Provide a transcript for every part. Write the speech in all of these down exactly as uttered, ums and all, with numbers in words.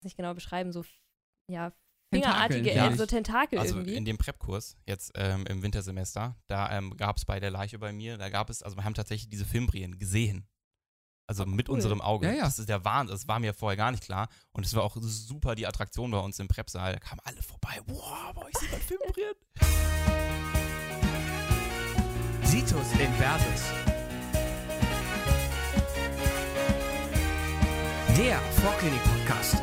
nicht genau beschreiben, so, ja, Tentakeln, fingerartige, ja. äh, so Tentakel Also irgendwie. in dem Prep-Kurs, jetzt ähm, im Wintersemester, da ähm, gab es bei der Leiche bei mir, da gab es, also wir haben tatsächlich diese Fimbrien gesehen. Also Oh, mit cool. unserem Auge. Ja, ja. Das ist der Wahnsinn, das war mir vorher gar nicht klar. Und es war auch super die Attraktion bei uns im Prep-Saal. Da kamen alle vorbei. Wow, bei euch sieht man Fimbrien. Situs Inversus. Der Vorklinik-Podcast.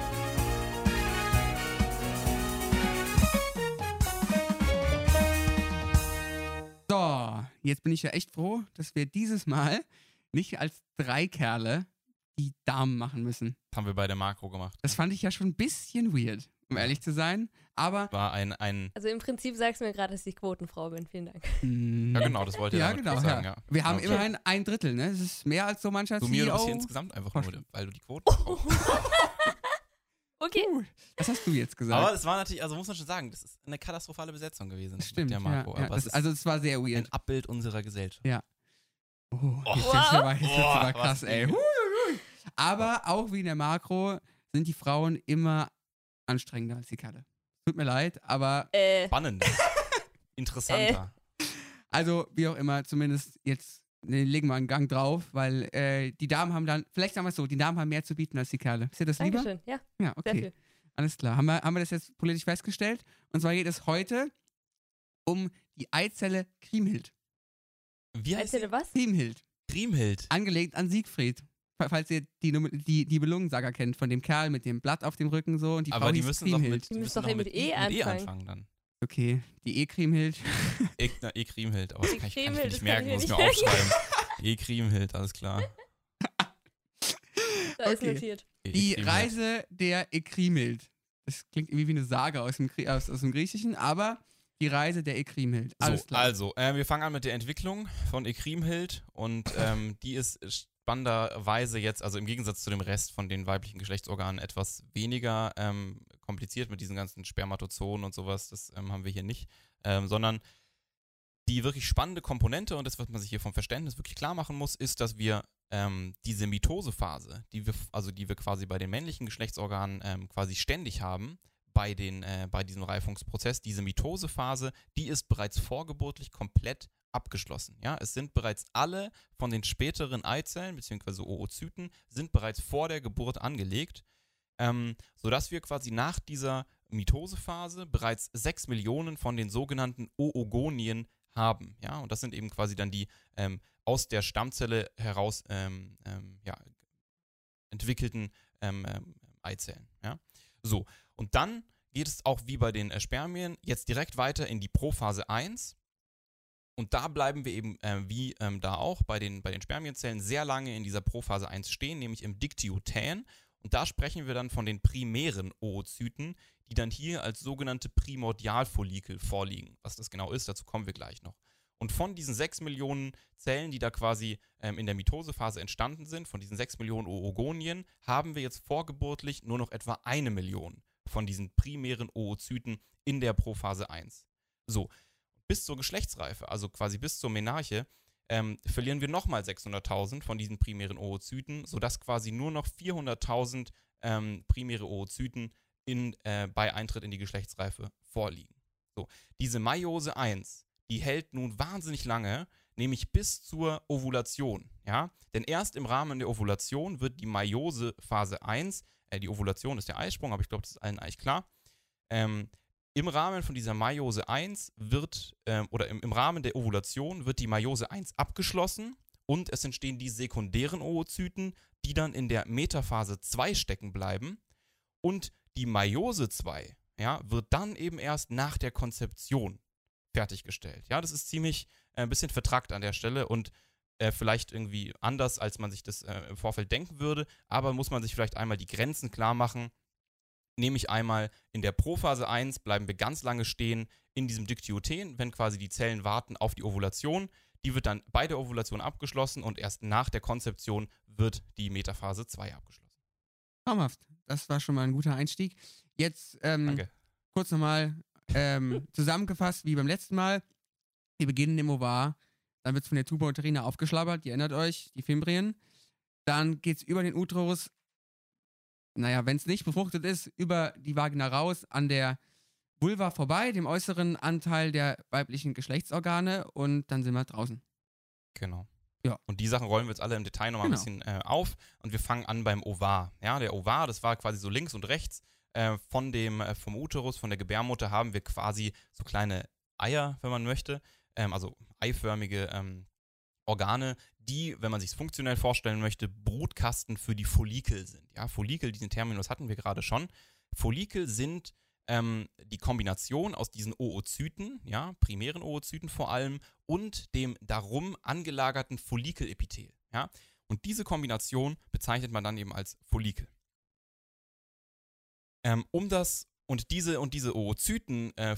So, jetzt bin ich ja echt froh, dass wir dieses Mal nicht als drei Kerle die Damen machen müssen. Das haben wir bei der Makro gemacht. Das fand ich ja schon ein bisschen weird, um ehrlich zu sein. Aber, War ein, ein Also im Prinzip sagst du mir gerade, dass ich Quotenfrau bin. Vielen Dank. mh, ja genau, das wollte ich ja, damit genau, kurz sagen, ja. ja. Wir haben Okay. immerhin ein Drittel, ne? Das ist mehr als so mancher Du C mir E du bist hier O. insgesamt einfach Vorstand. nur, weil du die Quote Oh. Okay. Uh, was hast du jetzt gesagt? Aber es war natürlich, also muss man schon sagen, das ist eine katastrophale Besetzung gewesen. Das stimmt, mit der Marco. ja, ja. Aber Das, es ist also es war sehr ein weird. Abbild unserer Gesellschaft. Oh, Oh. jetzt wird's aber, jetzt wird's Oh, aber was krass, ey. übel. Huiuiui. Aber auch wie in der Makro sind die Frauen immer anstrengender als die Kerle. Tut mir leid, aber Äh, Spannend. Interessanter. also wie auch immer, zumindest jetzt ne, legen wir einen Gang drauf, weil äh, die Damen haben dann, vielleicht sagen wir es so, die Damen haben mehr zu bieten als die Kerle. Ist dir das lieber? Dankeschön. Ja, Ja, sehr okay. viel. Alles klar. Haben wir, haben wir das jetzt politisch festgestellt? Und zwar geht es heute um die Eizelle Kriemhild. Wie heißt Erzähle sie? was? Kriemhild. Kriemhild. Angelegt an Siegfried. Falls ihr die, Num- die, die Belungensaga kennt, von dem Kerl mit dem Blatt auf dem Rücken so und die Aber Frau die hieß müssen doch Kriemhild. mit, Die müssen müssen doch eh mit E anfangen. anfangen dann. Okay, die E-Kriemhild. E, na, e Kriemhild, aber das kann ich, kann ich mir E-Kriemhild, nicht das merken, kann muss ich mir mir aufschreiben. E Kriemhild, alles klar. Da ist Okay. notiert. E Die Kriemhild. Reise der Ekrimhild. Das klingt irgendwie wie eine Saga aus dem, Grie- aus, aus dem Griechischen, aber die Reise der Ekrimhild. Alles So, klar. also, äh, wir fangen an mit der Entwicklung von E Kriemhild und ähm, die ist spannenderweise jetzt, also im Gegensatz zu dem Rest von den weiblichen Geschlechtsorganen, etwas weniger ähm, kompliziert mit diesen ganzen Spermatozoen und sowas. Das ähm, haben wir hier nicht, ähm, sondern die wirklich spannende Komponente und das, was man sich hier vom Verständnis wirklich klar machen muss, ist, dass wir ähm, diese Mitosephase, die wir, also die wir quasi bei den männlichen Geschlechtsorganen ähm, quasi ständig haben, bei, den, äh, bei diesem Reifungsprozess, diese Mitosephase, die ist bereits vorgeburtlich komplett abgeschlossen. Ja? Es sind bereits alle von den späteren Eizellen bzw. Oozyten sind bereits vor der Geburt angelegt, ähm, sodass wir quasi nach dieser Mitosephase bereits sechs Millionen von den sogenannten Oogonien haben. Ja? Und das sind eben quasi dann die ähm, aus der Stammzelle heraus ähm, ähm, ja, entwickelten ähm, ähm, Eizellen. Ja? So, und dann geht es auch wie bei den äh, Spermien jetzt direkt weiter in die Prophase eins. Und da bleiben wir eben, äh, wie ähm, da auch bei den, bei den Spermienzellen, sehr lange in dieser Prophase eins stehen, nämlich im Diktiothän. Und da sprechen wir dann von den primären Oozyten, die dann hier als sogenannte Primordialfollikel vorliegen. Was das genau ist, dazu kommen wir gleich noch. Und von diesen sechs Millionen Zellen, die da quasi ähm, in der Mitosephase entstanden sind, von diesen sechs Millionen Oogonien, haben wir jetzt vorgeburtlich nur noch etwa eine Million von diesen primären Oozyten in der Prophase eins. So, bis zur Geschlechtsreife, also quasi bis zur Menarche, ähm, verlieren wir nochmal sechshunderttausend von diesen primären Oozyten, sodass quasi nur noch vierhunderttausend ähm, primäre Oozyten in, äh, bei Eintritt in die Geschlechtsreife vorliegen. So, diese Meiose eins, die hält nun wahnsinnig lange, nämlich bis zur Ovulation. Ja? Denn erst im Rahmen der Ovulation wird die Meiose Phase eins, äh, die Ovulation ist der Eisprung, aber ich glaube, das ist allen eigentlich klar, ähm, im Rahmen von dieser Meiose eins wird, ähm, oder im, im Rahmen der Ovulation wird die Meiose eins abgeschlossen und es entstehen die sekundären Oozyten, die dann in der Metaphase zwei stecken bleiben und die Meiose zwei, ja, wird dann eben erst nach der Konzeption fertiggestellt. Ja, das ist ziemlich ein äh, bisschen vertrackt an der Stelle und äh, vielleicht irgendwie anders, als man sich das äh, im Vorfeld denken würde, aber muss man sich vielleicht einmal die Grenzen klar machen. Nämlich einmal in der Prophase eins bleiben wir ganz lange stehen in diesem Diktiothän, wenn quasi die Zellen warten auf die Ovulation. Die wird dann bei der Ovulation abgeschlossen und erst nach der Konzeption wird die Metaphase zwei abgeschlossen. Traumhaft. Das war schon mal ein guter Einstieg. Jetzt ähm, Danke. kurz nochmal ähm, zusammengefasst, wie beim letzten Mal. Wir beginnen im Ovar, dann wird es von der Tuba uterina aufgeschlabbert, ihr erinnert euch, die Fimbrien. Dann geht es über den Uterus naja, wenn es nicht befruchtet ist, über die Vagina raus, an der Vulva vorbei, dem äußeren Anteil der weiblichen Geschlechtsorgane und dann sind wir draußen. Genau. Ja. Und die Sachen rollen wir jetzt alle im Detail nochmal Genau. ein bisschen äh, auf und wir fangen an beim Ovar. Ja, der Ovar, das war quasi so links und rechts äh, von dem, äh, vom Uterus, von der Gebärmutter haben wir quasi so kleine Eier, wenn man möchte, ähm, also eiförmige ähm, Organe, die, wenn man sich es funktionell vorstellen möchte, Brutkasten für die Follikel sind. Ja, Follikel, diesen Terminus hatten wir gerade schon. Follikel sind ähm, die Kombination aus diesen Oozyten, ja, primären Oozyten vor allem, und dem darum angelagerten Follikelepithel. Ja. Und diese Kombination bezeichnet man dann eben als Follikel. Ähm, um das Und diese und diese Oozyten, äh,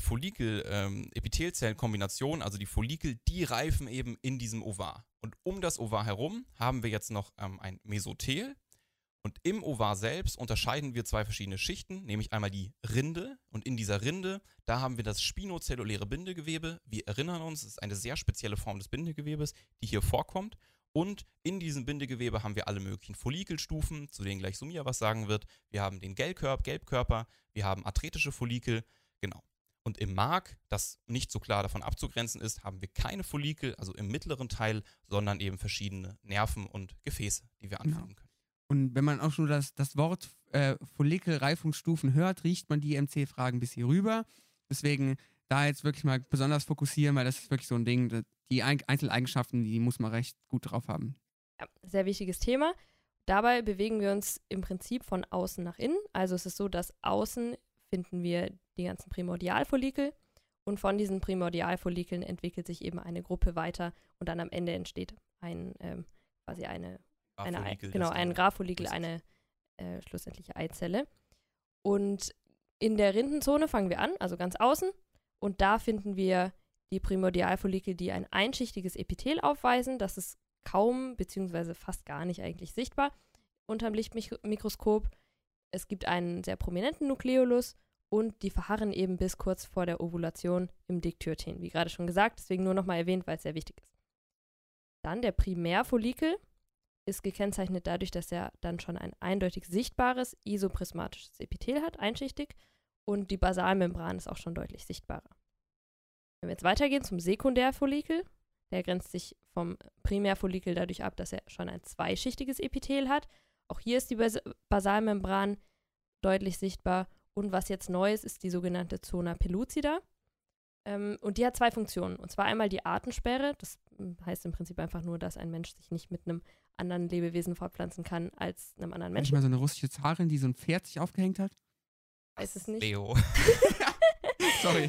Follikel-Epithelzellen-Kombination, also die Follikel, die reifen eben in diesem Ovar. Und um das Ovar herum haben wir jetzt noch ähm, ein Mesothel. Und im Ovar selbst unterscheiden wir zwei verschiedene Schichten, nämlich einmal die Rinde. Und in dieser Rinde, da haben wir das spinozelluläre Bindegewebe. Wir erinnern uns, es ist eine sehr spezielle Form des Bindegewebes, die hier vorkommt. Und in diesem Bindegewebe haben wir alle möglichen Follikelstufen, zu denen gleich Sumia was sagen wird. Wir haben den Gelbkörper, Gelbkörper, wir haben arthretische Follikel, genau. Und im Mark, das nicht so klar davon abzugrenzen ist, haben wir keine Follikel, also im mittleren Teil, sondern eben verschiedene Nerven und Gefäße, die wir anfügen Genau. können. Und wenn man auch schon das, das Wort äh, Follikelreifungsstufen hört, riecht man die M C-Fragen bis hier rüber. Deswegen da jetzt wirklich mal besonders fokussieren, weil das ist wirklich so ein Ding, die Einzeleigenschaften, die muss man recht gut drauf haben. Ja, sehr wichtiges Thema. Dabei bewegen wir uns im Prinzip von außen nach innen. Also es ist so, dass außen finden wir die ganzen Primordialfollikel und von diesen Primordialfollikeln entwickelt sich eben eine Gruppe weiter und dann am Ende entsteht ein, ähm, quasi eine, eine Ei, genau, ein Graph-Follikel, eine äh, schlussendliche Eizelle. Und in der Rindenzone fangen wir an, also ganz außen, und da finden wir die Primordialfollikel, die ein einschichtiges Epithel aufweisen. Das ist kaum bzw. fast gar nicht eigentlich sichtbar unterm Lichtmikroskop. Es gibt einen sehr prominenten Nukleolus und die verharren eben bis kurz vor der Ovulation im Diktyotin, wie gerade schon gesagt, deswegen nur nochmal erwähnt, weil es sehr wichtig ist. Dann der Primärfollikel ist gekennzeichnet dadurch, dass er dann schon ein eindeutig sichtbares isoprismatisches Epithel hat, einschichtig, und die Basalmembran ist auch schon deutlich sichtbarer. Wenn wir jetzt weitergehen zum Sekundärfollikel, der grenzt sich vom Primärfollikel dadurch ab, dass er schon ein zweischichtiges Epithel hat. Auch hier ist die Bas- Basalmembran deutlich sichtbar. Und was jetzt neu ist, ist die sogenannte Zona pellucida. Ähm, und die hat zwei Funktionen. Und zwar einmal die Artensperre. Das heißt im Prinzip einfach nur, dass ein Mensch sich nicht mit einem anderen Lebewesen fortpflanzen kann als einem anderen Menschen. Manchmal so eine russische Zarin, die so ein Pferd sich aufgehängt hat. Weiß es nicht. Leo. Sorry.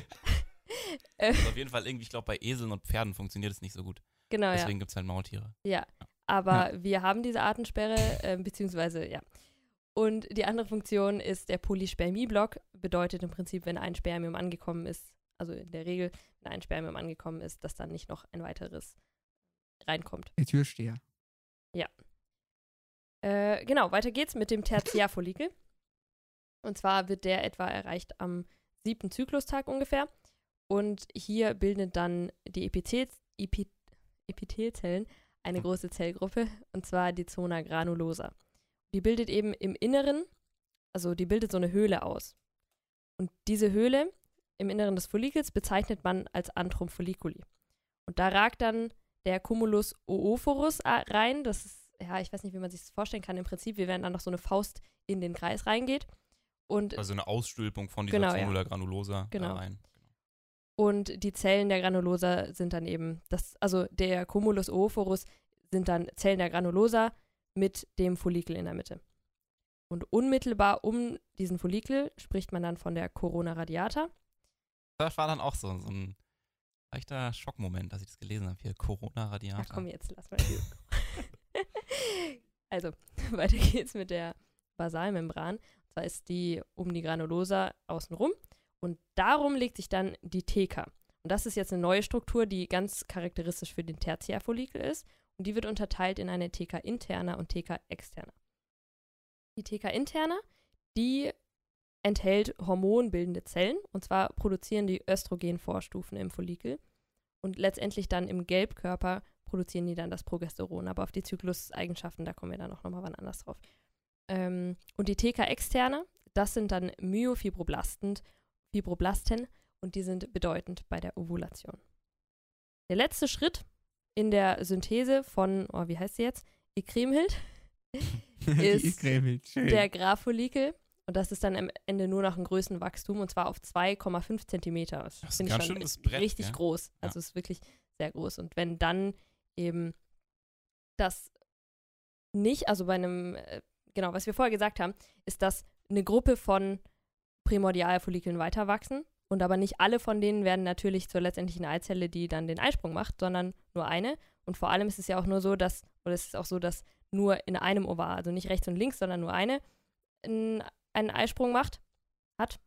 Also auf jeden Fall irgendwie, ich glaube, bei Eseln und Pferden funktioniert es nicht so gut. Genau, Deswegen ja. gibt es halt Maultiere. Ja, aber Ja. wir haben diese Artensperre, äh, beziehungsweise, ja. Und die andere Funktion ist der Polyspermieblock, bedeutet im Prinzip, wenn ein Spermium angekommen ist, also in der Regel, wenn ein Spermium angekommen ist, dass dann nicht noch ein weiteres reinkommt. Der Türsteher. Äh, genau, weiter geht's mit dem Tertiärfollikel. Und zwar wird der etwa erreicht am siebten Zyklustag ungefähr. Und hier bildet dann die Epithel Epi Epithelzellen eine große Zellgruppe, und zwar die Zona granulosa. Die bildet eben im Inneren, also die bildet so eine Höhle aus. Und diese Höhle im Inneren des Follikels bezeichnet man als Antrum folliculi. Und da ragt dann der Cumulus oophorus rein. Das ist, ja, ich weiß nicht, wie man sich das vorstellen kann. Im Prinzip, wir werden dann noch so eine Faust in den Kreis reingeht. Und Also eine Ausstülpung von dieser Genau, Zonula ja. granulosa Genau. da rein. Und die Zellen der Granulosa sind dann eben, das, also der Cumulus oophorus sind dann Zellen der Granulosa mit dem Follikel in der Mitte. Und unmittelbar um diesen Follikel spricht man dann von der Corona radiata. Das war dann auch so, so ein leichter Schockmoment, als ich das gelesen habe. Hier, Corona radiata. Ach komm, jetzt lass mal. Also, weiter geht's mit der Basalmembran. Und zwar ist die um die Granulosa außenrum. Und darum legt sich dann die Theca. Und das ist jetzt eine neue Struktur, die ganz charakteristisch für den Tertiärfollikel ist. Und die wird unterteilt in eine Theca interna und Theca externa. Die Theca interna, die enthält hormonbildende Zellen. Und zwar produzieren die Östrogenvorstufen im Follikel. Und letztendlich dann im Gelbkörper produzieren die dann das Progesteron. Aber auf die Zykluseigenschaften, da kommen wir dann auch nochmal wann anders drauf. Ähm, und die T K externa, das sind dann Myofibroblasten, Fibroblasten und die sind bedeutend bei der Ovulation. Der letzte Schritt in der Synthese von, oh, wie heißt sie jetzt? Eckremhild ist der Graph-Follikel. Und das ist dann am Ende nur noch ein Größenwachstum und zwar auf zwei Komma fünf Zentimeter. Das, das ist finde ein ich ganz schon schönes Brett, richtig ja? groß. Also es ist wirklich sehr groß. Und wenn dann eben das nicht, also bei einem, äh, genau, was wir vorher gesagt haben, ist, dass eine Gruppe von Primordialfollikeln weiter wachsen und aber nicht alle von denen werden natürlich zur letztendlichen Eizelle, die dann den Eisprung macht, sondern nur eine. Und vor allem ist es ja auch nur so, dass, oder es ist auch so, dass nur in einem Ovar, also nicht rechts und links, sondern nur eine, in, einen Eisprung macht, hat.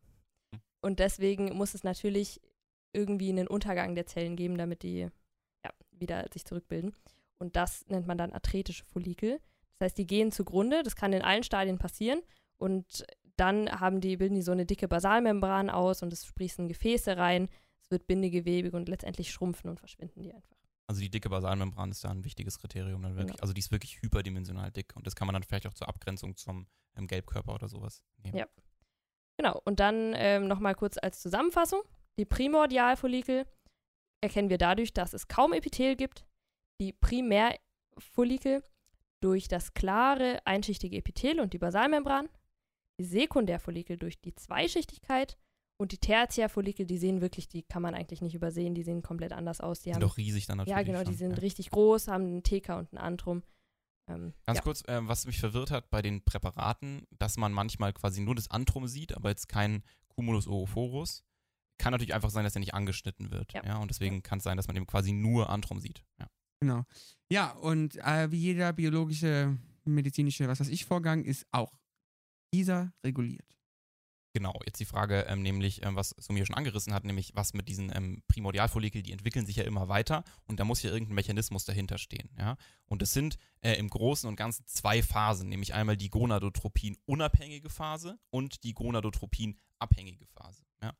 Und deswegen muss es natürlich irgendwie einen Untergang der Zellen geben, damit die ja, wieder sich zurückbilden. Und das nennt man dann arthretische Follikel. Das heißt, die gehen zugrunde, das kann in allen Stadien passieren und dann haben die, bilden die so eine dicke Basalmembran aus und es sprießen Gefäße rein, es wird bindegewebig und letztendlich schrumpfen und verschwinden die einfach. Also die dicke Basalmembran ist da ein wichtiges Kriterium. Dann wirklich. Genau. Also die ist wirklich hyperdimensional dick und das kann man dann vielleicht auch zur Abgrenzung zum ähm, Gelbkörper oder sowas nehmen. Ja. Genau, und dann ähm, nochmal kurz als Zusammenfassung. Die Primordialfollikel erkennen wir dadurch, dass es kaum Epithel gibt. Die Primärfollikel durch das klare, einschichtige Epithel und die Basalmembran. Die Sekundärfollikel durch die Zweischichtigkeit. Und die Tertiärfollikel, die sehen wirklich, die kann man eigentlich nicht übersehen, die sehen komplett anders aus. Die, die haben, sind doch riesig dann natürlich. Ja, genau, die schon, sind ja. richtig groß, haben einen T K und einen Antrum. Ähm, Ganz ja. kurz, äh, was mich verwirrt hat bei den Präparaten, dass man manchmal quasi nur das Antrum sieht, aber jetzt kein Cumulus oophorus. Kann natürlich einfach sein, dass er nicht angeschnitten wird. Ja. Ja, und deswegen ja. kann es sein, dass man eben quasi nur Antrum sieht. Ja, genau. Ja, und äh, wie jeder biologische, medizinische, was weiß ich, Vorgang ist auch dieser reguliert. Genau, jetzt die Frage, ähm, nämlich, ähm, was Sumir schon angerissen hat, nämlich was mit diesen ähm, Primordialfollikel, die entwickeln sich ja immer weiter und da muss ja irgendein Mechanismus dahinter stehen. Ja? Und es sind äh, im Großen und Ganzen zwei Phasen, nämlich einmal die Gonadotropin-unabhängige Phase und die Gonadotropin-abhängige Phase. Ja?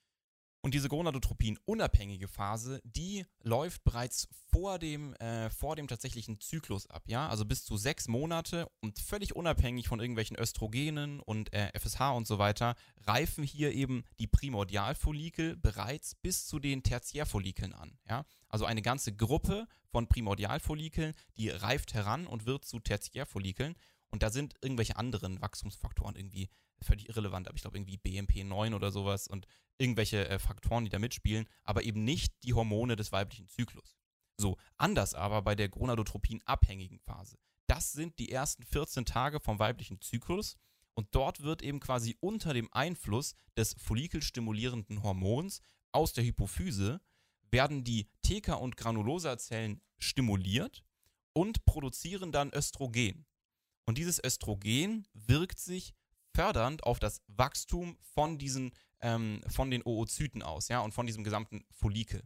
Und diese Gonadotropin-unabhängige Phase, die läuft bereits vor dem, äh, vor dem tatsächlichen Zyklus ab, ja, also bis zu sechs Monate und völlig unabhängig von irgendwelchen Östrogenen und äh, F S H und so weiter, reifen hier eben die Primordialfollikel bereits bis zu den Tertiärfollikeln an, ja. Also eine ganze Gruppe von Primordialfollikeln, die reift heran und wird zu Tertiärfollikeln und da sind irgendwelche anderen Wachstumsfaktoren irgendwie völlig irrelevant, aber ich glaube irgendwie B M P neun oder sowas und irgendwelche äh, Faktoren, die da mitspielen, aber eben nicht die Hormone des weiblichen Zyklus. So, anders aber bei der Gonadotropin-abhängigen Phase. Das sind die ersten vierzehn Tage vom weiblichen Zyklus und dort wird eben quasi unter dem Einfluss des follikelstimulierenden Hormons aus der Hypophyse werden die T K- und Granulosazellen stimuliert und produzieren dann Östrogen. Und dieses Östrogen wirkt sich fördernd auf das Wachstum von diesen, ähm, von den Oozyten aus, ja, und von diesem gesamten Follikel.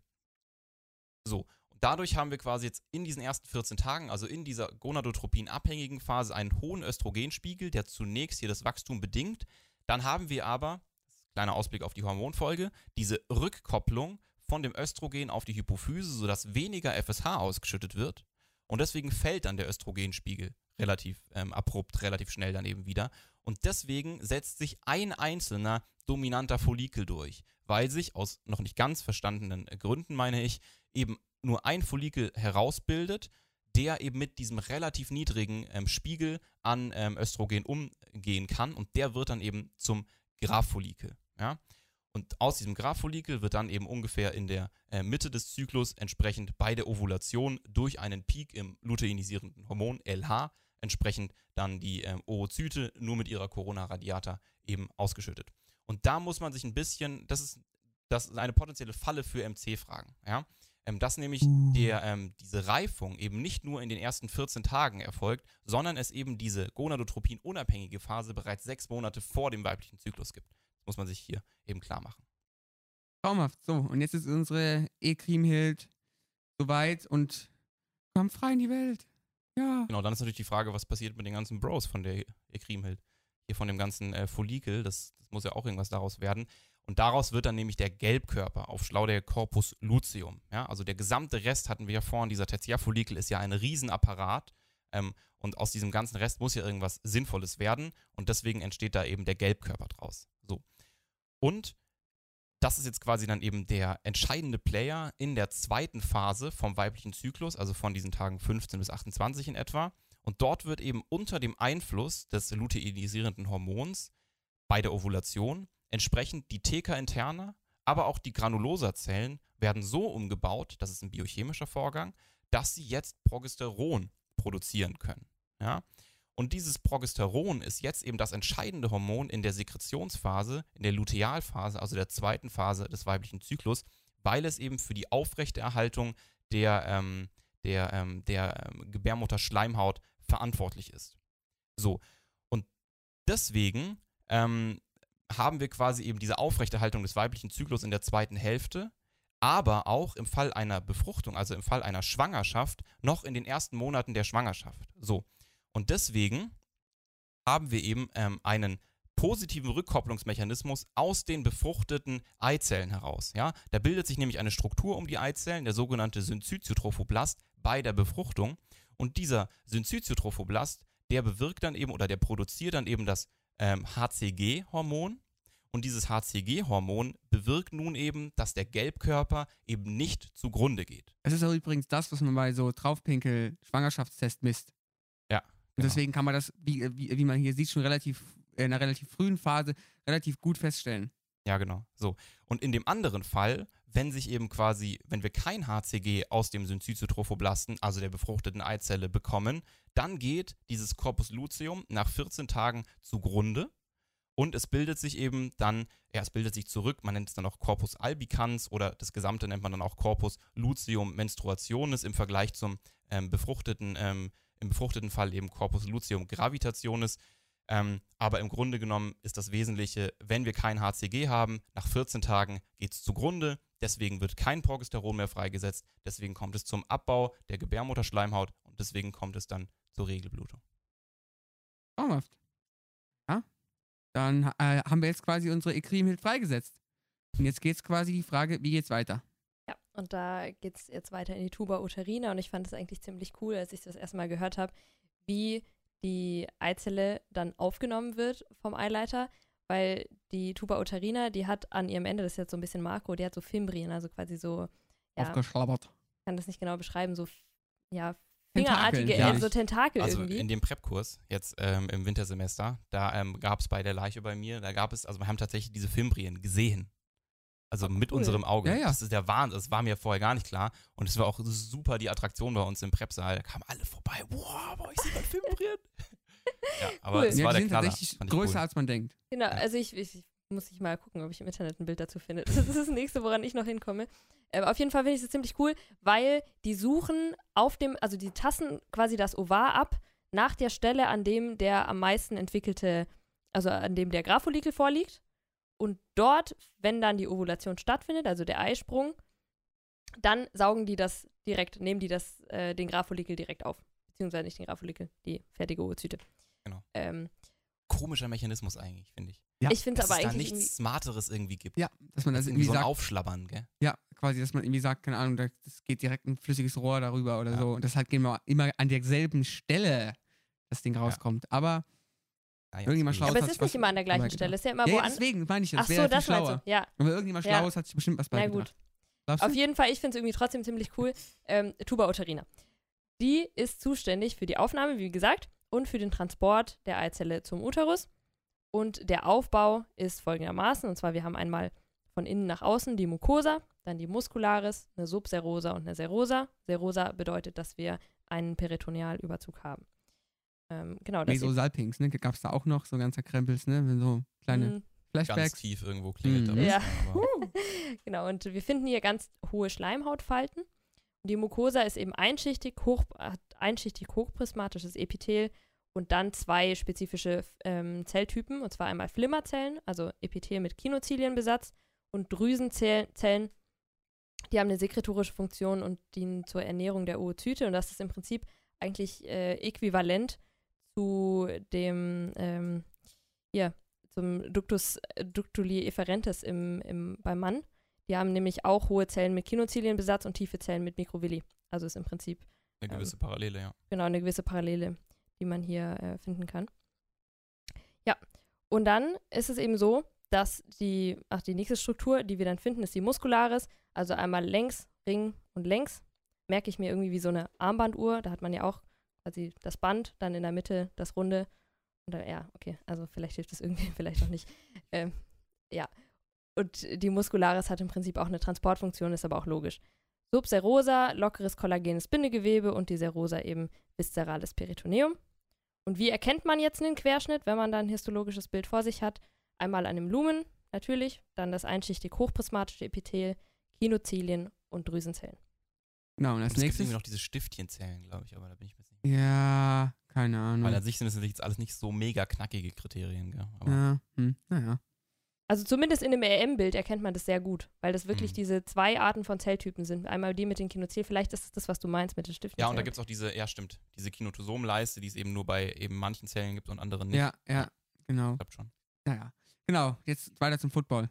So, und dadurch haben wir quasi jetzt in diesen ersten vierzehn Tagen, also in dieser Gonadotropin-abhängigen Phase, einen hohen Östrogenspiegel, der zunächst hier das Wachstum bedingt. Dann haben wir aber, kleiner Ausblick auf die Hormonfolge, diese Rückkopplung von dem Östrogen auf die Hypophyse, sodass weniger F S H ausgeschüttet wird. Und deswegen fällt dann der Östrogenspiegel relativ ähm, abrupt, relativ schnell dann eben wieder. Und deswegen setzt sich ein einzelner dominanter Follikel durch, weil sich aus noch nicht ganz verstandenen Gründen, meine ich, eben nur ein Follikel herausbildet, der eben mit diesem relativ niedrigen ähm, Spiegel an ähm, Östrogen umgehen kann und der wird dann eben zum Graph-Follikel. Ja? Und aus diesem Graph-Follikel wird dann eben ungefähr in der äh, Mitte des Zyklus entsprechend bei der Ovulation durch einen Peak im luteinisierenden Hormon L H entsprechend dann die ähm, Oozyte nur mit ihrer Corona radiata eben ausgeschüttet. Und da muss man sich ein bisschen, das ist, das ist eine potenzielle Falle für M C-Fragen, ja, ähm, dass nämlich Uh. der, ähm, diese Reifung eben nicht nur in den ersten vierzehn Tagen erfolgt, sondern es eben diese Gonadotropin-unabhängige Phase bereits sechs Monate vor dem weiblichen Zyklus gibt. Das muss man sich hier eben klar machen. Traumhaft. So, und jetzt ist unsere Eckremhild soweit und kommt frei in die Welt. Ja. Genau, dann ist natürlich die Frage, was passiert mit den ganzen Bros von der Eckremhild. Hier von dem ganzen äh, Follikel, das, das muss ja auch irgendwas daraus werden. Und daraus wird dann nämlich der Gelbkörper, auf schlau der Corpus luteum. Ja, also der gesamte Rest, hatten wir ja vorhin, dieser Tertiärfollikel ist ja ein Riesenapparat, Ähm, und aus diesem ganzen Rest muss ja irgendwas Sinnvolles werden und deswegen entsteht da eben der Gelbkörper draus. So. Und das ist jetzt quasi dann eben der entscheidende Player in der zweiten Phase vom weiblichen Zyklus, also von diesen Tagen fünfzehn bis achtundzwanzig in etwa. Und dort wird eben unter dem Einfluss des luteinisierenden Hormons bei der Ovulation entsprechend die Theca interna, aber auch die Granulosazellen werden so umgebaut, das ist ein biochemischer Vorgang, dass sie jetzt Progesteron produzieren können. Ja? Und dieses Progesteron ist jetzt eben das entscheidende Hormon in der Sekretionsphase, in der Lutealphase, also der zweiten Phase des weiblichen Zyklus, weil es eben für die Aufrechterhaltung der, ähm, der, ähm, der ähm, Gebärmutterschleimhaut verantwortlich ist. So, und deswegen ähm, haben wir quasi eben diese Aufrechterhaltung des weiblichen Zyklus in der zweiten Hälfte, aber auch im Fall einer Befruchtung, also im Fall einer Schwangerschaft, noch in den ersten Monaten der Schwangerschaft. So. Und deswegen haben wir eben ähm, einen positiven Rückkopplungsmechanismus aus den befruchteten Eizellen heraus. Ja? Da bildet sich nämlich eine Struktur um die Eizellen, der sogenannte Syncytiotropoblast bei der Befruchtung. Und dieser Syncytiotropoblast, der bewirkt dann eben oder der produziert dann eben das ähm, H C G-Hormon. Und dieses H C G-Hormon bewirkt nun eben, dass der Gelbkörper eben nicht zugrunde geht. Es ist auch übrigens das, was man bei so Draufpinkel-Schwangerschaftstest misst. Ja. Und Genau. deswegen kann man das, wie, wie, wie man hier sieht, schon relativ in einer relativ frühen Phase relativ gut feststellen. Ja, genau. So. Und in dem anderen Fall, wenn sich eben quasi, wenn wir kein H C G aus dem Syncytiotrophoblasten, also der befruchteten Eizelle, bekommen, dann geht dieses Corpus luteum nach vierzehn Tagen zugrunde und es bildet sich eben dann, ja, es bildet sich zurück, man nennt es dann auch Corpus albicans oder das Gesamte nennt man dann auch Corpus luteum menstruationis im Vergleich zum ähm, befruchteten, ähm, im befruchteten Fall eben Corpus luteum gravitationis. Ähm, aber im Grunde genommen ist das Wesentliche, wenn wir kein H C G haben, nach vierzehn Tagen geht es zugrunde, deswegen wird kein Progesteron mehr freigesetzt, deswegen kommt es zum Abbau der Gebärmutterschleimhaut und deswegen kommt es dann zur Regelblutung. Traumhaft. Ja. Dann äh, haben wir jetzt quasi unsere Ekrimhild freigesetzt. Und jetzt geht es quasi die Frage, wie geht's weiter? Ja, und da geht es jetzt weiter in die Tuba uterina und ich fand es eigentlich ziemlich cool, als ich das erste Mal gehört habe, wie die Eizelle dann aufgenommen wird vom Eileiter, weil die Tuba uterina, die hat an ihrem Ende, das ist jetzt so ein bisschen Makro, die hat so Fimbrien, also quasi so, ja, Aufgeschlabbert. ich kann das nicht genau beschreiben, so, ja, Tentakel, fingerartige, ja. äh, so Tentakel Also irgendwie. in dem Prep-Kurs, jetzt ähm, im Wintersemester, da ähm, gab es bei der Leiche bei mir, da gab es, also wir haben tatsächlich diese Fimbrien gesehen. Also Oh, mit cool. unserem Auge. Ja, ja. Das ist der Wahnsinn. Das war mir vorher gar nicht klar. Und es war auch super die Attraktion bei uns im Prep-Saal. Da kamen alle vorbei. Wow, bei euch sieht man Fimbrien. Ja, aber Cool. es Ja, war die der sind Knaller. tatsächlich Fand ich größer, cool. als man denkt. Genau, also ich, ich, ich muss ich mal gucken, ob ich im Internet ein Bild dazu finde. Das ist das nächste, woran ich noch hinkomme. Ähm, auf jeden Fall finde ich es ziemlich cool, weil die suchen auf dem, also die tasten quasi das Ovar ab nach der Stelle, an dem der am meisten entwickelte, also an dem der Graphfollikel vorliegt. Und dort, wenn dann die Ovulation stattfindet, also der Eisprung, dann saugen die das direkt, nehmen die das, äh, den Graphfollikel direkt auf. Beziehungsweise nicht den Graphfollikel, die fertige Oozyte. Genau. Ähm, Komischer Mechanismus eigentlich, finde ich. Ja. ich finde es Dass aber es da eigentlich nichts irgendwie- Smarteres irgendwie gibt. Ja, dass man das Das irgendwie irgendwie so ein sagt. Aufschlabbern, gell? Ja, quasi, dass man irgendwie sagt, keine Ahnung, da- das geht direkt ein flüssiges Rohr darüber oder Ja. so. Und das halt immer, immer an derselben Stelle das Ding rauskommt. Aber Naja, Irgendjemand ist schlau- aber hat es sich ist nicht was immer an der gleichen dabei Stelle. gedacht. Es ist ja immer ja, ja, woanders. deswegen meine ich das. Ach wäre so, viel das meinst schlauer. du. Ja, Aber irgendjemand Ja. Schlaues hat sich bestimmt was na beigedacht. gut. Glaubst Auf du? jeden Fall, ich finde es irgendwie trotzdem ziemlich cool. Ähm, Tuba uterina. Die ist zuständig für die Aufnahme, wie gesagt, und für den Transport der Eizelle zum Uterus. Und der Aufbau ist folgendermaßen, und zwar wir haben einmal von innen nach außen die Mucosa, dann die Muscularis, eine Subserosa und eine Serosa. Serosa bedeutet, dass wir einen Peritonealüberzug haben. Ähm, genau, das Mesosalpinx, ne? Gab es da auch noch so ganzer Krempels, ne? Wenn so kleine Mm, Ganz Flashbacks. tief irgendwo klingelt Mhm. da was. Ja. Aber Genau, und wir finden hier ganz hohe Schleimhautfalten. Die Mucosa ist eben einschichtig, hoch, hat einschichtig hochprismatisches Epithel und dann zwei spezifische ähm, Zelltypen, und zwar einmal Flimmerzellen, also Epithel mit Kinozilienbesatz, und Drüsenzellen, Zellen, die haben eine sekretorische Funktion und dienen zur Ernährung der Oozyte. Und das ist im Prinzip eigentlich äh, äquivalent zu dem, ähm, hier, zum Ductus ductuli efferentes im, im, beim Mann. Die haben nämlich auch hohe Zellen mit Kinozilienbesatz und tiefe Zellen mit Mikrovilli. Also ist im Prinzip Eine ähm, gewisse Parallele, ja. Genau, eine gewisse Parallele, die man hier äh, finden kann. Ja, und dann ist es eben so, dass die, ach, die nächste Struktur, die wir dann finden, ist die Muscularis, also einmal längs, Ring und längs. Merke ich mir irgendwie wie so eine Armbanduhr, da hat man ja auch quasi das Band, dann in der Mitte das Runde. Und dann, ja, okay, also vielleicht hilft das irgendwie, vielleicht auch nicht. Ähm, ja, und die Muscularis hat im Prinzip auch eine Transportfunktion, ist aber auch logisch. Subserosa, lockeres kollagenes Bindegewebe und die Serosa eben viszerales Peritoneum. Und wie erkennt man jetzt einen Querschnitt, wenn man da ein histologisches Bild vor sich hat? Einmal an dem Lumen, natürlich, dann das einschichtig hochprismatische Epithel, Kinozilien und Drüsenzellen. Genau, und als Und es gibt nächstes. irgendwie noch diese Stiftchenzellen, glaube ich, aber da bin ich mir jetzt nicht. Ja, keine Ahnung. Weil an sich sind es natürlich jetzt alles nicht so mega knackige Kriterien, gell? Aber ja, hm, naja. Also zumindest in dem R M-Bild erkennt man das sehr gut, weil das wirklich Mhm. diese zwei Arten von Zelltypen sind. Einmal die mit den Kinozilien, vielleicht ist es das, was du meinst mit den Stiftchenzellen. ja, und da gibt es auch diese, ja stimmt, diese Kinotosomleiste, die es eben nur bei eben manchen Zellen gibt und anderen nicht. Ja, ja, genau. Klappt schon. Naja. Genau, jetzt weiter zum Football.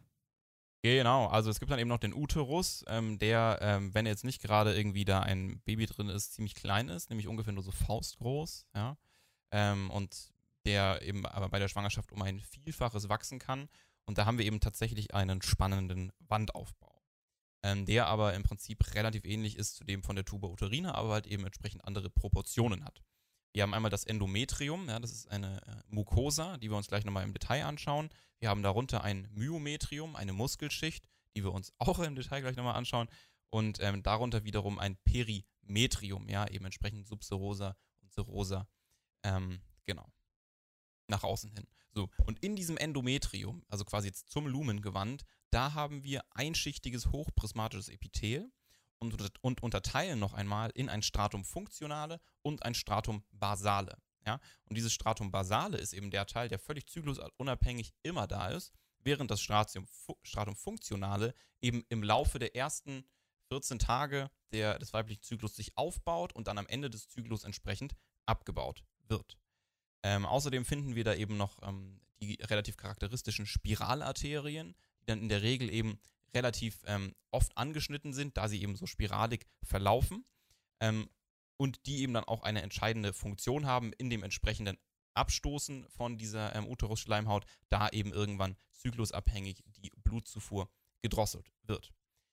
Genau, also es gibt dann eben noch den Uterus, ähm, der, ähm, wenn jetzt nicht gerade irgendwie da ein Baby drin ist, ziemlich klein ist, nämlich ungefähr nur so faustgroß, ja, ähm, und der eben aber bei der Schwangerschaft um ein Vielfaches wachsen kann. Und da haben wir eben tatsächlich einen spannenden Wandaufbau, ähm, der aber im Prinzip relativ ähnlich ist zu dem von der Tuba uterina, aber halt eben entsprechend andere Proportionen hat. Wir haben einmal das Endometrium, ja, das ist eine äh, Mucosa, die wir uns gleich nochmal im Detail anschauen. Wir haben darunter ein Myometrium, eine Muskelschicht, die wir uns auch im Detail gleich nochmal anschauen. Und ähm, darunter wiederum ein Perimetrium, ja, eben entsprechend Subserosa und Serosa, ähm, genau, nach außen hin. So, und in diesem Endometrium, also quasi jetzt zum Lumengewand, da haben wir einschichtiges hochprismatisches Epithel und, und unterteilen noch einmal in ein Stratum functionale und ein Stratum basale. Ja? Und dieses Stratum basale ist eben der Teil, der völlig zyklusunabhängig immer da ist, während das Stratum, Stratum functionale eben im Laufe der ersten vierzehn Tage der, des weiblichen Zyklus sich aufbaut und dann am Ende des Zyklus entsprechend abgebaut wird. Ähm, außerdem finden wir da eben noch ähm, die relativ charakteristischen Spiralarterien, die dann in der Regel eben relativ ähm, oft angeschnitten sind, da sie eben so spiralig verlaufen ähm, und die eben dann auch eine entscheidende Funktion haben in dem entsprechenden Abstoßen von dieser ähm, Uterusschleimhaut, da eben irgendwann zyklusabhängig die Blutzufuhr gedrosselt wird.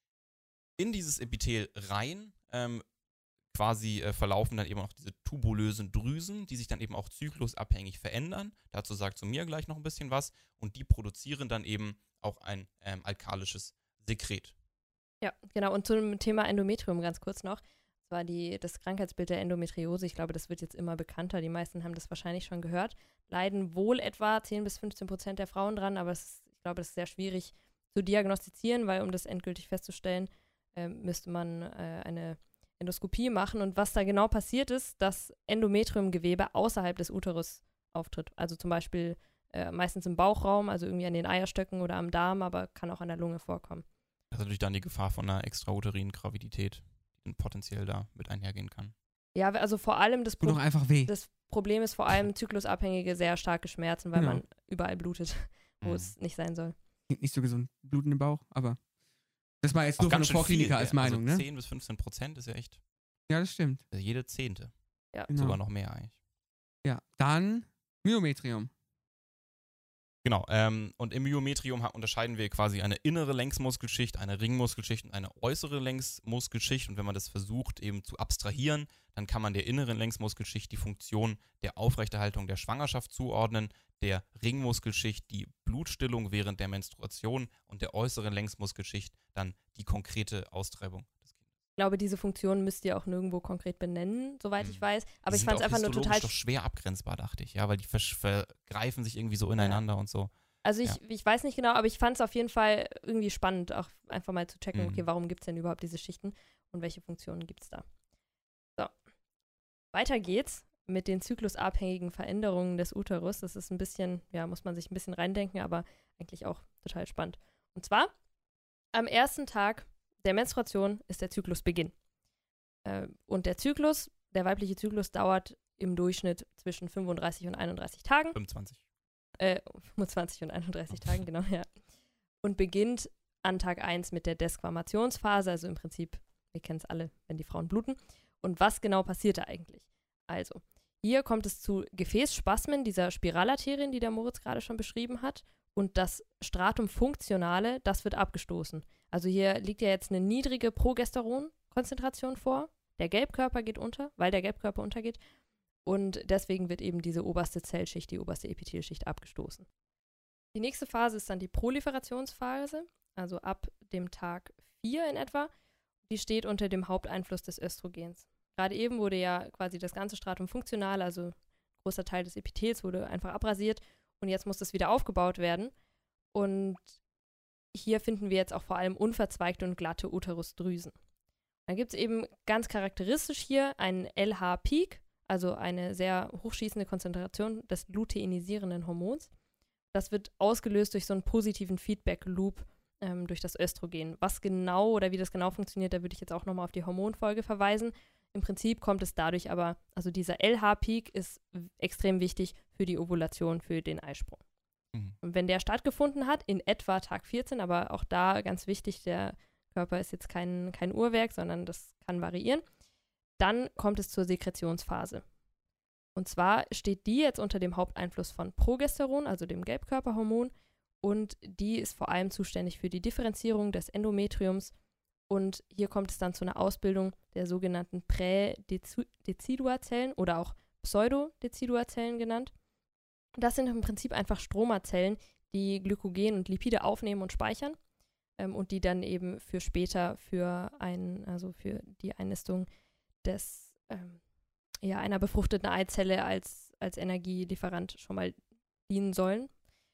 In dieses Epithel rein ähm, quasi äh, verlaufen dann eben auch diese tubulösen Drüsen, die sich dann eben auch zyklusabhängig verändern. Dazu sagt zu mir gleich noch ein bisschen was. Und die produzieren dann eben auch ein ähm, alkalisches Sekret. Ja, genau. Und zum Thema Endometrium ganz kurz noch. Das war die, das Krankheitsbild der Endometriose. Ich glaube, das wird jetzt immer bekannter. Die meisten haben das wahrscheinlich schon gehört. Leiden wohl etwa zehn bis fünfzehn Prozent der Frauen dran, aber es ist, ich glaube, das ist sehr schwierig zu diagnostizieren, weil um das endgültig festzustellen, äh, müsste man äh, eine Endoskopie machen. Und was da genau passiert ist, dass Endometriumgewebe außerhalb des Uterus auftritt. Also zum Beispiel äh, meistens im Bauchraum, also irgendwie an den Eierstöcken oder am Darm, aber kann auch an der Lunge vorkommen. Das ist natürlich dann die Gefahr von einer extrauterinen Gravidität, die potenziell da mit einhergehen kann. Ja, also vor allem das, Tut Pro doch einfach weh. das Problem ist vor allem zyklusabhängige, sehr starke Schmerzen, weil Genau. man überall blutet, wo Mhm. es nicht sein soll. Klingt nicht so gesund. Bluten im Bauch, aber das war jetzt Auch nur von ganz einem schön Vorkliniker viel, als gell? Meinung, also ne? zehn bis fünfzehn Prozent ist ja echt, Ja, das stimmt. also jede Zehnte, Ja. Genau. sogar noch mehr eigentlich. Ja, dann Myometrium. Genau, ähm, und im Myometrium ha- unterscheiden wir quasi eine innere Längsmuskelschicht, eine Ringmuskelschicht und eine äußere Längsmuskelschicht. Und wenn man das versucht eben zu abstrahieren, dann kann man der inneren Längsmuskelschicht die Funktion der Aufrechterhaltung der Schwangerschaft zuordnen, der Ringmuskelschicht die Blutstillung während der Menstruation und der äußeren Längsmuskelschicht dann die konkrete Austreibung des Kindes. Ich glaube, diese Funktion müsst ihr auch nirgendwo konkret benennen, soweit ich Mhm. weiß. Aber Die ich sind fand es auch einfach nur histologisch total. doch schwer abgrenzbar, dachte ich, ja, weil die versch- vergreifen sich irgendwie so ineinander und so. Also ich, Ja. ich weiß nicht genau, aber ich fand es auf jeden Fall irgendwie spannend, auch einfach mal zu checken, Mhm. okay, warum gibt es denn überhaupt diese Schichten und welche Funktionen gibt es da. So. Weiter geht's mit den zyklusabhängigen Veränderungen des Uterus. Das ist ein bisschen, ja, muss man sich ein bisschen reindenken, aber eigentlich auch total spannend. Und zwar, am ersten Tag der Menstruation ist der Zyklusbeginn. Äh, und der Zyklus, der weibliche Zyklus dauert im Durchschnitt zwischen fünfunddreißig und einunddreißig Tagen. fünfundzwanzig. Äh, fünfundzwanzig und einunddreißig Tagen, genau, ja. Und beginnt an Tag eins mit der Desquamationsphase, also im Prinzip, wir kennen es alle, wenn die Frauen bluten. Und was genau passiert da eigentlich? Also, hier kommt es zu Gefäßspasmen dieser Spiralarterien, die der Moritz gerade schon beschrieben hat. Und das Stratum functionale, das wird abgestoßen. Also hier liegt ja jetzt eine niedrige Progesteronkonzentration vor. Der Gelbkörper geht unter, weil der Gelbkörper untergeht. Und deswegen wird eben diese oberste Zellschicht, die oberste Epithelschicht abgestoßen. Die nächste Phase ist dann die Proliferationsphase, also ab dem Tag vier in etwa. Die steht unter dem Haupteinfluss des Östrogens. Gerade eben wurde ja quasi das ganze Stratum funktional, also ein großer Teil des Epithels wurde einfach abrasiert und jetzt muss das wieder aufgebaut werden. Und hier finden wir jetzt auch vor allem unverzweigte und glatte Uterusdrüsen. Dann gibt es eben ganz charakteristisch hier einen L H-Peak, also eine sehr hochschießende Konzentration des luteinisierenden Hormons. Das wird ausgelöst durch so einen positiven Feedback-Loop ähm, durch das Östrogen. Was genau oder wie das genau funktioniert, da würde ich jetzt auch nochmal auf die Hormonfolge verweisen. Im Prinzip kommt es dadurch aber, also dieser L H-Peak ist w- extrem wichtig für die Ovulation, für den Eisprung. Mhm. Und wenn der stattgefunden hat, in etwa Tag vierzehn, aber auch da ganz wichtig, der Körper ist jetzt kein, kein Uhrwerk, sondern das kann variieren, dann kommt es zur Sekretionsphase. Und zwar steht die jetzt unter dem Haupteinfluss von Progesteron, also dem Gelbkörperhormon, und die ist vor allem zuständig für die Differenzierung des Endometriums. Und hier kommt es dann zu einer Ausbildung der sogenannten Prä-Decidua-Zellen oder auch Pseudodeciduazellen genannt. Das sind im Prinzip einfach Stromazellen, die Glykogen und Lipide aufnehmen und speichern ähm, und die dann eben für später für ein, also für die Einnistung des ähm, ja, einer befruchteten Eizelle als, als Energielieferant schon mal dienen sollen.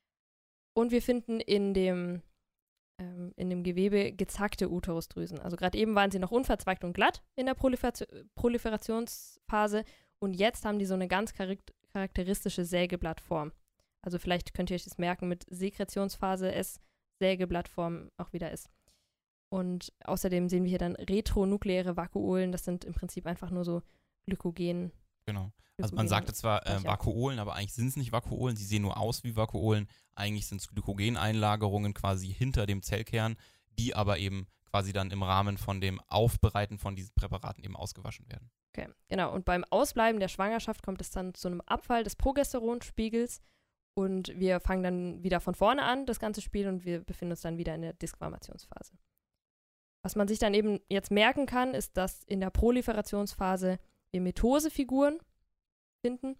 Und wir finden in dem ähm, in dem Gewebe gezackte Uterusdrüsen. Also gerade eben waren sie noch unverzweigt und glatt in der Prolifer- Proliferationsphase und jetzt haben die so eine ganz charak- charakteristische Sägeblattform. Also vielleicht könnt ihr euch das merken mit Sekretionsphase S, Sägeblattform auch wieder S. Und außerdem sehen wir hier dann retronukleäre Vakuolen. Das sind im Prinzip einfach nur so Glykogen. Genau. Also man sagte zwar äh, Vakuolen, aber eigentlich sind es nicht Vakuolen, sie sehen nur aus wie Vakuolen. Eigentlich sind es Glykogeneinlagerungen quasi hinter dem Zellkern, die aber eben quasi dann im Rahmen von dem Aufbereiten von diesen Präparaten eben ausgewaschen werden. Okay, genau. Und beim Ausbleiben der Schwangerschaft kommt es dann zu einem Abfall des Progesteronspiegels und wir fangen dann wieder von vorne an, das ganze Spiel, und wir befinden uns dann wieder in der Disquamationsphase. Was man sich dann eben jetzt merken kann, ist, dass in der Proliferationsphase wir Mitosefiguren finden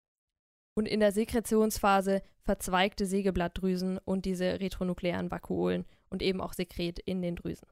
und in der Sekretionsphase verzweigte Sägeblattdrüsen und diese retronuklearen Vakuolen und eben auch Sekret in den Drüsen.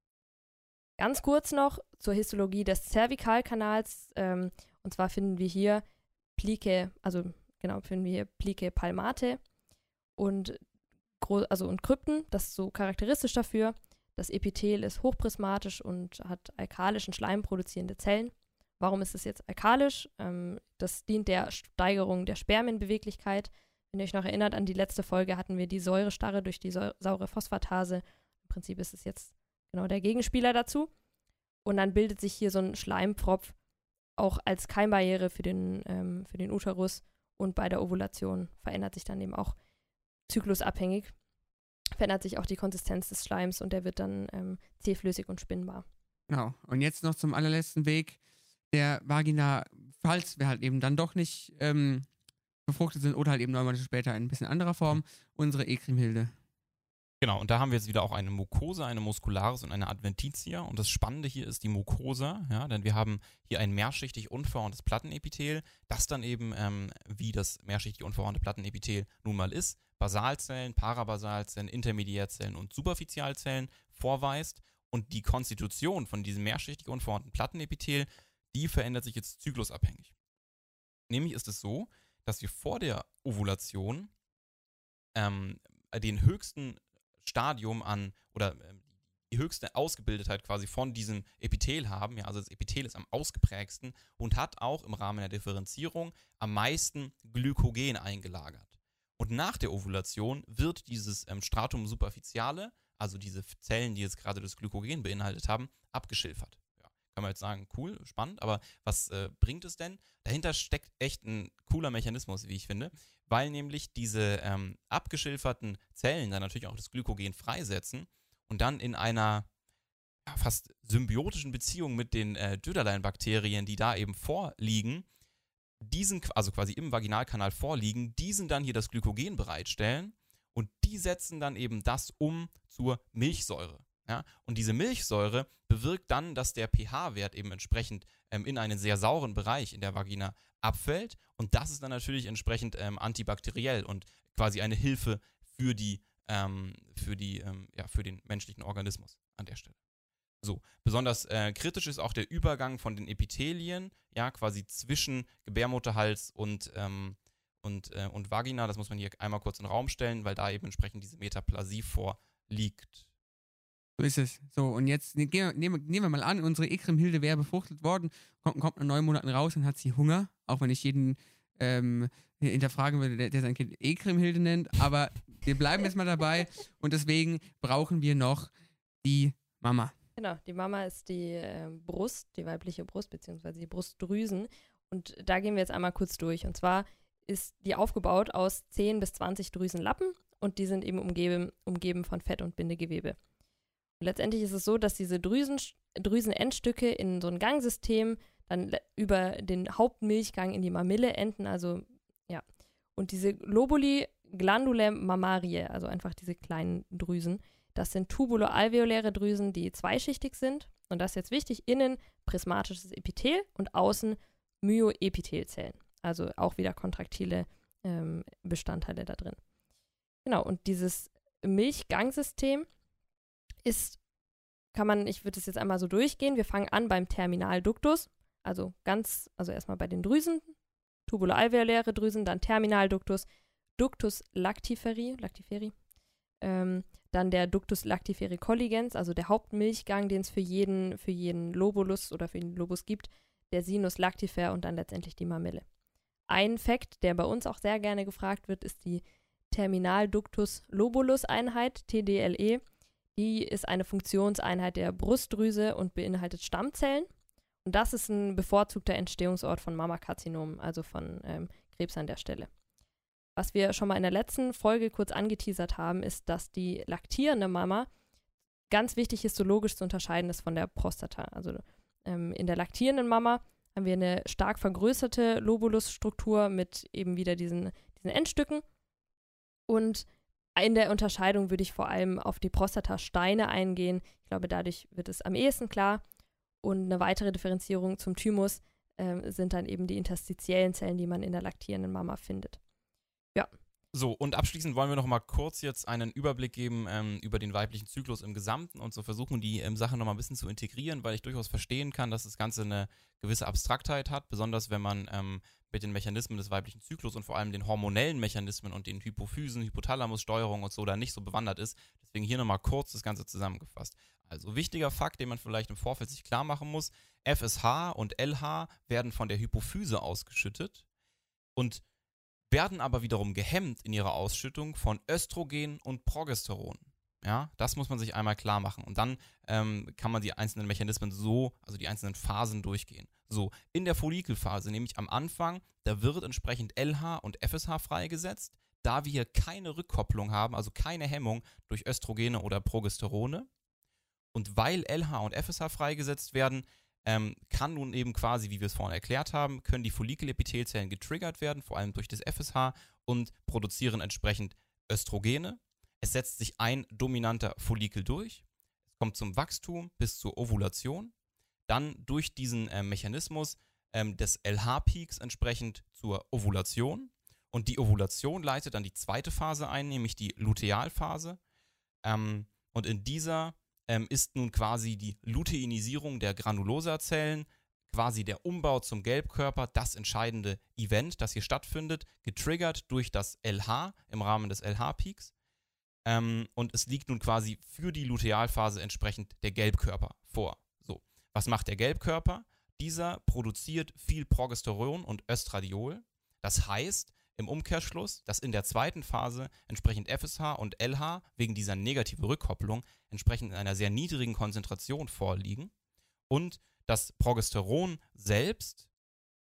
Ganz kurz noch zur Histologie des Zervikalkanals, ähm, und zwar finden wir hier Plique, also genau, finden wir hier Plique palmate und, gro- also und Krypten, das ist so charakteristisch dafür. Das Epithel ist hochprismatisch und hat alkalischen Schleim produzierende Zellen. Warum ist es jetzt alkalisch? Ähm, das dient der Steigerung der Spermienbeweglichkeit. Wenn ihr euch noch erinnert an die letzte Folge, hatten wir die Säurestarre durch die Säure- saure Phosphatase. Im Prinzip ist es jetzt genau der Gegenspieler dazu. Und dann bildet sich hier so ein Schleimpfropf auch als Keimbarriere für den, ähm, für den Uterus. Und bei der Ovulation verändert sich dann eben auch zyklusabhängig, verändert sich auch die Konsistenz des Schleims und der wird dann ähm, zähflüssig und spinnbar. Genau. Und jetzt noch zum allerletzten Weg der Vagina, falls wir halt eben dann doch nicht ähm, befruchtet sind oder halt eben neun Monate später in ein bisschen anderer Form, unsere Ekrimhilde. Genau, und da haben wir jetzt wieder auch eine Mucosa, eine Muscularis und eine Adventitia. Und das Spannende hier ist die Mucosa, ja, denn wir haben hier ein mehrschichtig unverhorntes Plattenepithel, das dann eben, ähm, wie das mehrschichtig unverhornte Plattenepithel nun mal ist, Basalzellen, Parabasalzellen, Intermediärzellen und Superficialzellen vorweist. Und die Konstitution von diesem mehrschichtig unverhornten Plattenepithel, die verändert sich jetzt zyklusabhängig. Nämlich ist es so, dass wir vor der Ovulation ähm, den höchsten Stadium an oder äh, die höchste Ausgebildetheit quasi von diesem Epithel haben. Ja, also das Epithel ist am ausgeprägsten und hat auch im Rahmen der Differenzierung am meisten Glykogen eingelagert. Und nach der Ovulation wird dieses ähm, Stratum superficiale, also diese Zellen, die jetzt gerade das Glykogen beinhaltet haben, abgeschilfert. Ja, kann man jetzt sagen, cool, spannend, aber was äh, bringt es denn? Dahinter steckt echt ein cooler Mechanismus, wie ich finde, weil nämlich diese ähm, abgeschilferten Zellen dann natürlich auch das Glykogen freisetzen und dann in einer ja, fast symbiotischen Beziehung mit den äh, Döderlein-Bakterien, die da eben vorliegen, diesen, also quasi im Vaginalkanal vorliegen, diesen dann hier das Glykogen bereitstellen und die setzen dann eben das um zur Milchsäure. Ja? Und diese Milchsäure bewirkt dann, dass der pH-Wert eben entsprechend ähm, in einen sehr sauren Bereich in der Vagina abfällt und das ist dann natürlich entsprechend ähm, antibakteriell und quasi eine Hilfe für die, ähm, für die, ähm, ja, für den menschlichen Organismus an der Stelle. So, besonders äh, kritisch ist auch der Übergang von den Epithelien, ja, quasi zwischen Gebärmutterhals und, ähm, und, äh, und Vagina. Das muss man hier einmal kurz in den Raum stellen, weil da eben entsprechend diese Metaplasie vorliegt. So ist es. So, und jetzt ne, gehen wir- nehmen, wir- nehmen wir mal an, unsere Ikrimhilde wäre befruchtet worden, kommt, kommt nach neun Monaten raus und hat sie Hunger, auch wenn ich jeden ähm, hinterfragen würde, der, der sein Kind Ikrimhilde nennt, aber wir bleiben jetzt mal dabei und deswegen brauchen wir noch die Mama. Genau, die Mama ist die äh, Brust, die weibliche Brust, beziehungsweise die Brustdrüsen. Und da gehen wir jetzt einmal kurz durch. Und zwar ist die aufgebaut aus zehn bis zwanzig Drüsenlappen und die sind eben umgeben, umgeben von Fett- und Bindegewebe. Und letztendlich ist es so, dass diese Drüsen, Drüsenendstücke in so ein Gangsystem dann le- über den Hauptmilchgang in die Mamille enden, also ja. Und diese Lobuli glandulae mammariae, also einfach diese kleinen Drüsen, das sind tubuloalveoläre Drüsen, die zweischichtig sind. Und das ist jetzt wichtig, innen prismatisches Epithel und außen Myoepithelzellen. Also auch wieder kontraktile ähm, Bestandteile da drin. Genau, und dieses Milchgangsystem ist, kann man, ich würde es jetzt einmal so durchgehen, wir fangen an beim Terminalductus, also ganz, also erstmal bei den Drüsen, tubuloalveoläre Drüsen, dann Terminalductus, Ductus lactiferi, lactiferi ähm, dann der Ductus lactiferi colligens, also der Hauptmilchgang, den es für jeden, für jeden Lobulus oder für jeden Lobus gibt, der Sinus lactifer und dann letztendlich die Mamille. Ein Fakt, der bei uns auch sehr gerne gefragt wird, ist die Terminalductus-Lobulus-Einheit, T D L E. Die ist eine Funktionseinheit der Brustdrüse und beinhaltet Stammzellen. Und das ist ein bevorzugter Entstehungsort von Mammakarzinomen, also von ähm, Krebs an der Stelle. Was wir schon mal in der letzten Folge kurz angeteasert haben, ist, dass die laktierende Mama ganz wichtig histologisch zu unterscheiden ist von der Prostata. Also ähm, in der laktierenden Mama haben wir eine stark vergrößerte Lobulusstruktur mit eben wieder diesen, diesen Endstücken. Und in der Unterscheidung würde ich vor allem auf die Prostatasteine eingehen. Ich glaube, dadurch wird es am ehesten klar. Und eine weitere Differenzierung zum Thymus ähm, sind dann eben die interstitiellen Zellen, die man in der laktierenden Mama findet. Ja. So, und abschließend wollen wir noch mal kurz jetzt einen Überblick geben ähm, über den weiblichen Zyklus im Gesamten und so versuchen, die ähm, Sache noch mal ein bisschen zu integrieren, weil ich durchaus verstehen kann, dass das Ganze eine gewisse Abstraktheit hat, besonders wenn man ähm, mit den Mechanismen des weiblichen Zyklus und vor allem den hormonellen Mechanismen und den Hypophysen, Hypothalamussteuerung und so da nicht so bewandert ist. Deswegen hier noch mal kurz das Ganze zusammengefasst. Also wichtiger Fakt, den man vielleicht im Vorfeld sich klar machen muss, F S H und L H werden von der Hypophyse ausgeschüttet und werden aber wiederum gehemmt in ihrer Ausschüttung von Östrogen und Progesteron. Ja, das muss man sich einmal klar machen. Und dann ähm, kann man die einzelnen Mechanismen so, also die einzelnen Phasen durchgehen. So, in der Follikelphase, nämlich am Anfang, da wird entsprechend L H und F S H freigesetzt, da wir hier keine Rückkopplung haben, also keine Hemmung durch Östrogene oder Progesterone. Und weil L H und F S H freigesetzt werden, Ähm, kann nun eben quasi, wie wir es vorhin erklärt haben, können die Follikelepithelzellen getriggert werden, vor allem durch das F S H und produzieren entsprechend Östrogene. Es setzt sich ein dominanter Follikel durch, es kommt zum Wachstum bis zur Ovulation, dann durch diesen äh, Mechanismus ähm, des L H-Peaks entsprechend zur Ovulation und die Ovulation leitet dann die zweite Phase ein, nämlich die Lutealphase ähm, und in dieser Ähm, ist nun quasi die Luteinisierung der Granulosazellen, quasi der Umbau zum Gelbkörper, das entscheidende Event, das hier stattfindet, getriggert durch das L H im Rahmen des L H-Peaks. Ähm, und es liegt nun quasi für die Lutealphase entsprechend der Gelbkörper vor. So, was macht der Gelbkörper? Dieser produziert viel Progesteron und Östradiol. Das heißt, im Umkehrschluss, dass in der zweiten Phase entsprechend F S H und L H wegen dieser negativen Rückkopplung entsprechend in einer sehr niedrigen Konzentration vorliegen und das Progesteron selbst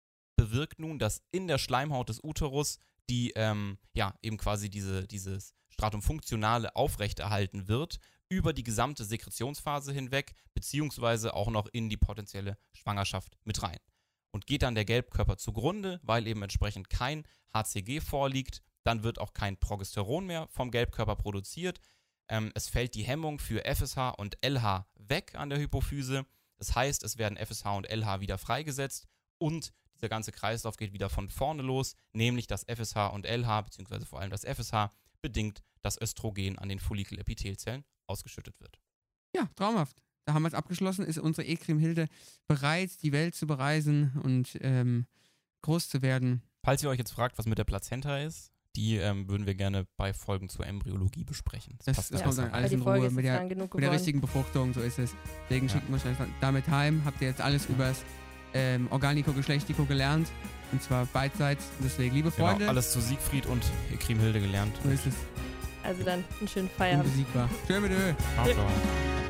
bewirkt nun, dass in der Schleimhaut des Uterus die, ähm, ja, eben quasi diese, dieses Stratum functionale aufrechterhalten wird, über die gesamte Sekretionsphase hinweg, beziehungsweise auch noch in die potenzielle Schwangerschaft mit rein. Und geht dann der Gelbkörper zugrunde, weil eben entsprechend kein H C G vorliegt, dann wird auch kein Progesteron mehr vom Gelbkörper produziert. Ähm, es fällt die Hemmung für F S H und L H weg an der Hypophyse. Das heißt, es werden F S H und L H wieder freigesetzt und dieser ganze Kreislauf geht wieder von vorne los, nämlich das F S H und L H, beziehungsweise vor allem das F S H, bedingt, dass Östrogen an den Follikelepithelzellen ausgeschüttet wird. Ja, traumhaft. Da haben wir es abgeschlossen. Ist unsere Ekrim-Hilde bereit, die Welt zu bereisen und ähm, groß zu werden? Falls ihr euch jetzt fragt, was mit der Plazenta ist, die ähm, würden wir gerne bei Folgen zur Embryologie besprechen. Das, passt das da kommt besser dann rein. alles Weil in die Folge Ruhe ist mit jetzt der, lang genug mit der geworden. richtigen Befruchtung, so ist es. Deswegen Ja. schicken wir euch einfach damit heim. Habt ihr jetzt alles Ja. übers ähm, Organiko-Geschlechtiko gelernt. Und zwar beidseits. Deswegen, liebe Genau, Freunde, alles zu Siegfried und Kriemhilde gelernt. so ist es Also dann einen schönen Feierabend. unbesiegbar. Tschö mit Ö. Ciao, ciao.